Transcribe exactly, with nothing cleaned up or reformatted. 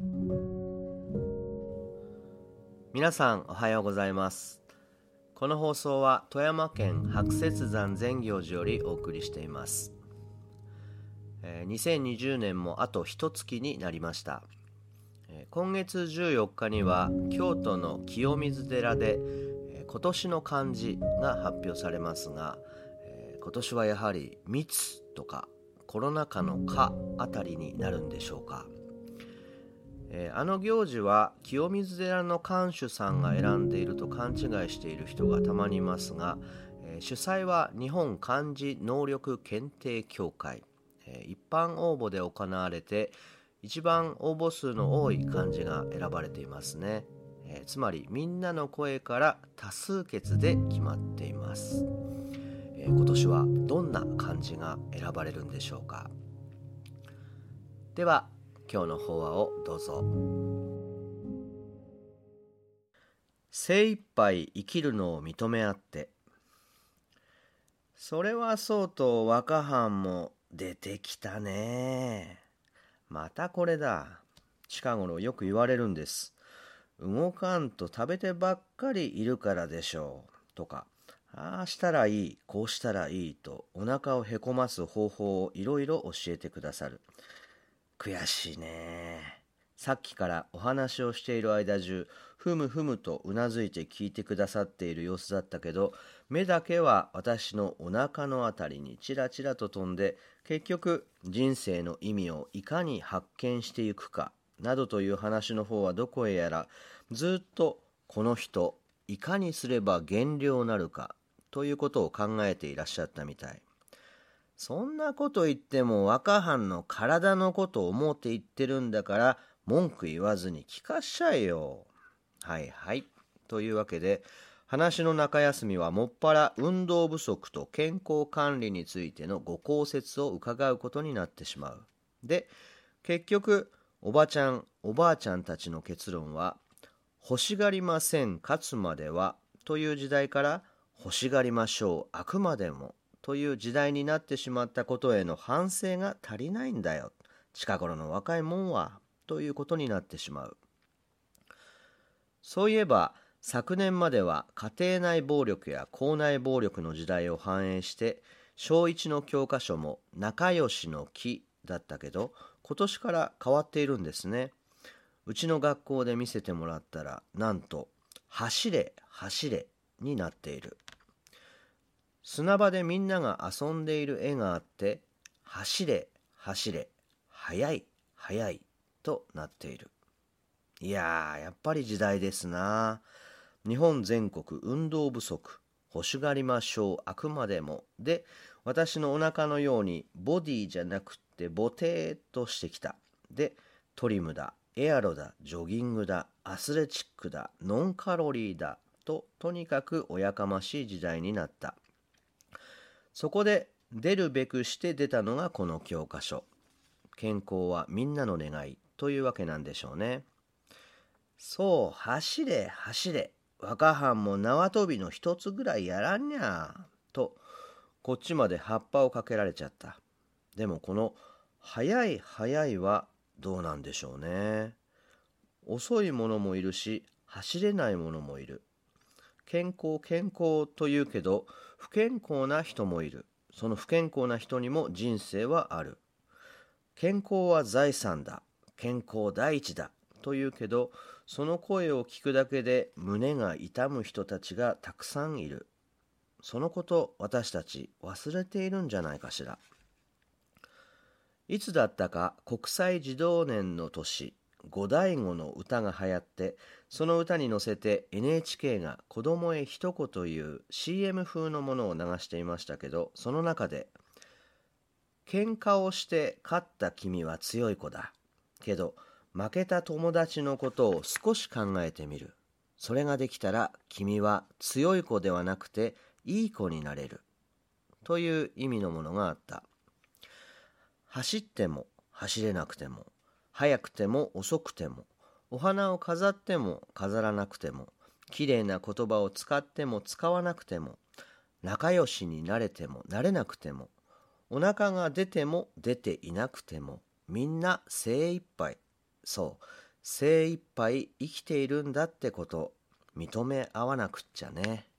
皆さんおはようございます。この放送は富山県白雪山善行寺よりお送りしています。えー、にせんにじゅうねんもあと一月になりました。えー、今月じゅうよっかには京都の清水寺で、えー、今年の漢字が発表されますが、えー、今年はやはり密とかコロナ禍の禍あたりになるんでしょうか。えー、あの行事は清水寺の館主さんが選んでいると勘違いしている人がたまにいますが、えー、主催は日本漢字能力検定協会、えー、一般応募で行われて一番応募数の多い漢字が選ばれていますね。えー、つまりみんなの声から多数決で決まっています。えー、今年はどんな漢字が選ばれるんでしょうか。では今日の法話をどうぞ。精一杯生きるのを認め合って。それはそうと若藩も出てきたね。またこれだ。近頃よく言われるんです。動かんと食べてばっかりいるからでしょうとか、ああしたらいい、こうしたらいいとお腹をへこます方法をいろいろ教えてくださる。悔しいね。さっきからお話をしている間中、ふむふむとうなずいて聞いてくださっている様子だったけど、目だけは私のお腹のあたりにチラチラと飛んで、結局人生の意味をいかに発見していくかなどという話の方はどこへやら、ずっとこの人いかにすれば減量なるかということを考えていらっしゃったみたい。そんなこと言っても若藩の体のことを思って言ってるんだから文句言わずに聞かしちゃえよ。はいはい。というわけで話の中休みはもっぱら運動不足と健康管理についてのご考説を伺うことになってしまう。で、結局おばちゃんおばあちゃんたちの結論は欲しがりません勝つまではという時代から欲しがりましょうあくまでもという時代になってしまったことへの反省が足りないんだよ。近頃の若いもんはということになってしまう。そういえば昨年までは家庭内暴力や校内暴力の時代を反映して小一の教科書も仲良しの木だったけど今年から変わっているんですね。うちの学校で見せてもらったらなんと走れ走れになっている。砂場でみんなが遊んでいる絵があって走れ走れ速い速いとなっている。いやーやっぱり時代ですな。日本全国運動不足欲しがりましょうあくまでもで私のお腹のようにボディじゃなくってボテーっとしてきた。でトリムだエアロだジョギングだアスレチックだノンカロリーだととにかくおやかましい時代になった。そこで出るべくして出たのがこの教科書。健康はみんなの願いというわけなんでしょうね。そう走れ走れ若藩も縄跳びの一つぐらいやらんにゃとこっちまで葉っぱをかけられちゃった。でもこの速い速いはどうなんでしょうね。遅いものもいるし走れないものもいる。健康健康というけど不健康な人もいる。その不健康な人にも人生はある。健康は財産だ。健康第一だ。というけどその声を聞くだけで胸が痛む人たちがたくさんいる。そのこと私たち忘れているんじゃないかしら。いつだったか国際児童年の年五醍醐の歌が流行ってその歌に乗せて エヌエイチケー が子供へ一言という シーエム 風のものを流していましたけどその中で喧嘩をして勝った君は強い子だけど負けた友達のことを少し考えてみる。それができたら君は強い子ではなくていい子になれるという意味のものがあった。走っても走れなくても速くても遅くてもお花を飾っても飾らなくてもきれいな言葉を使っても使わなくても仲良しになれてもなれなくてもお腹が出ても出ていなくてもみんな精一杯そう精一杯生きているんだってこと認め合わなくっちゃね。